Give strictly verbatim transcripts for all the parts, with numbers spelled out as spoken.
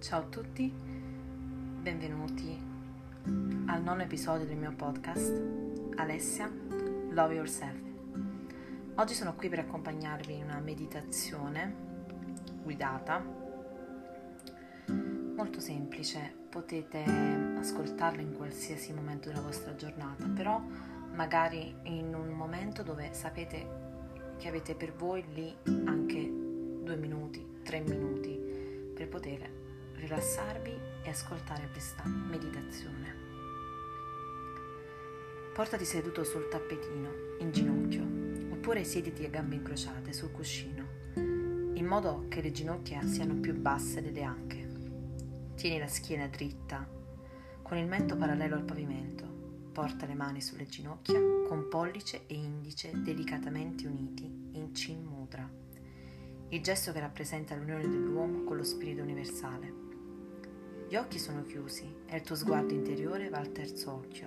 Ciao a tutti, benvenuti al nono episodio del mio podcast, Alessia, Love Yourself. Oggi sono qui per accompagnarvi in una meditazione guidata, molto semplice. Potete ascoltarla in qualsiasi momento della vostra giornata, però magari in un momento dove sapete che avete per voi lì anche due minuti, tre minuti per poter rilassarvi e ascoltare questa meditazione. Portati seduto sul tappetino, in ginocchio, oppure siediti a gambe incrociate sul cuscino, in modo che le ginocchia siano più basse delle anche. Tieni la schiena dritta, con il mento parallelo al pavimento. Porta le mani sulle ginocchia, con pollice e indice delicatamente uniti in Chin Mudra, il gesto che rappresenta l'unione dell'uomo con lo spirito universale. Gli occhi sono chiusi e il tuo sguardo interiore va al terzo occhio,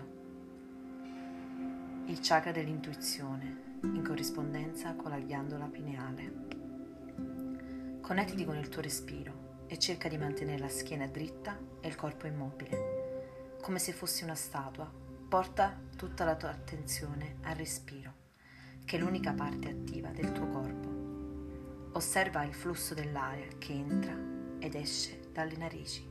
il chakra dell'intuizione, in corrispondenza con la ghiandola pineale. Connettiti con il tuo respiro e cerca di mantenere la schiena dritta e il corpo immobile, come se fossi una statua. Porta tutta la tua attenzione al respiro, che è l'unica parte attiva del tuo corpo. Osserva il flusso dell'aria che entra ed esce dalle narici.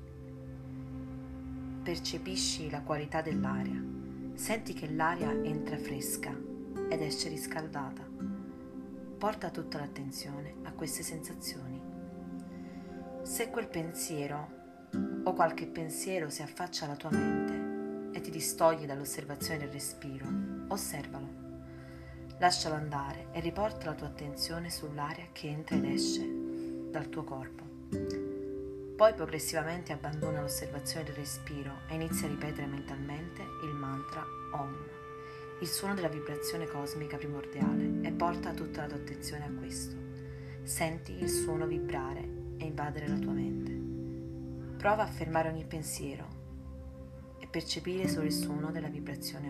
Percepisci la qualità dell'aria, senti che l'aria entra fresca ed esce riscaldata. Porta tutta l'attenzione a queste sensazioni. Se quel pensiero o qualche pensiero si affaccia alla tua mente e ti distoglie dall'osservazione del respiro, osservalo. Lascialo andare e riporta la tua attenzione sull'aria che entra ed esce dal tuo corpo. Poi progressivamente abbandona l'osservazione del respiro e inizia a ripetere mentalmente il mantra Om, il suono della vibrazione cosmica primordiale, e porta tutta la tua attenzione a questo. Senti il suono vibrare e invadere la tua mente. Prova a fermare ogni pensiero e percepire solo il suono della vibrazione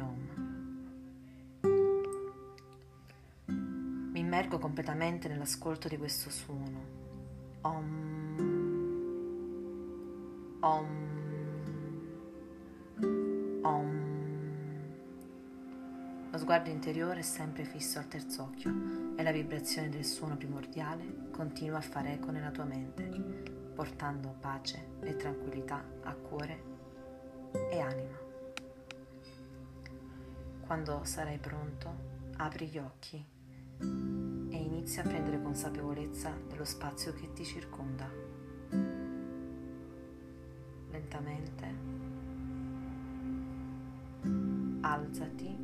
Om. Mi immergo completamente nell'ascolto di questo suono. Om. Om, om. Lo sguardo interiore è sempre fisso al terzo occhio e la vibrazione del suono primordiale continua a fare eco nella tua mente, portando pace e tranquillità a cuore e anima. Quando sarai pronto, apri gli occhi e inizia a prendere consapevolezza dello spazio che ti circonda. Lentamente alzati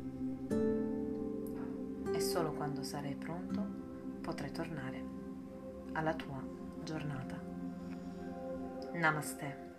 e solo quando sarai pronto potrai tornare alla tua giornata. Namaste.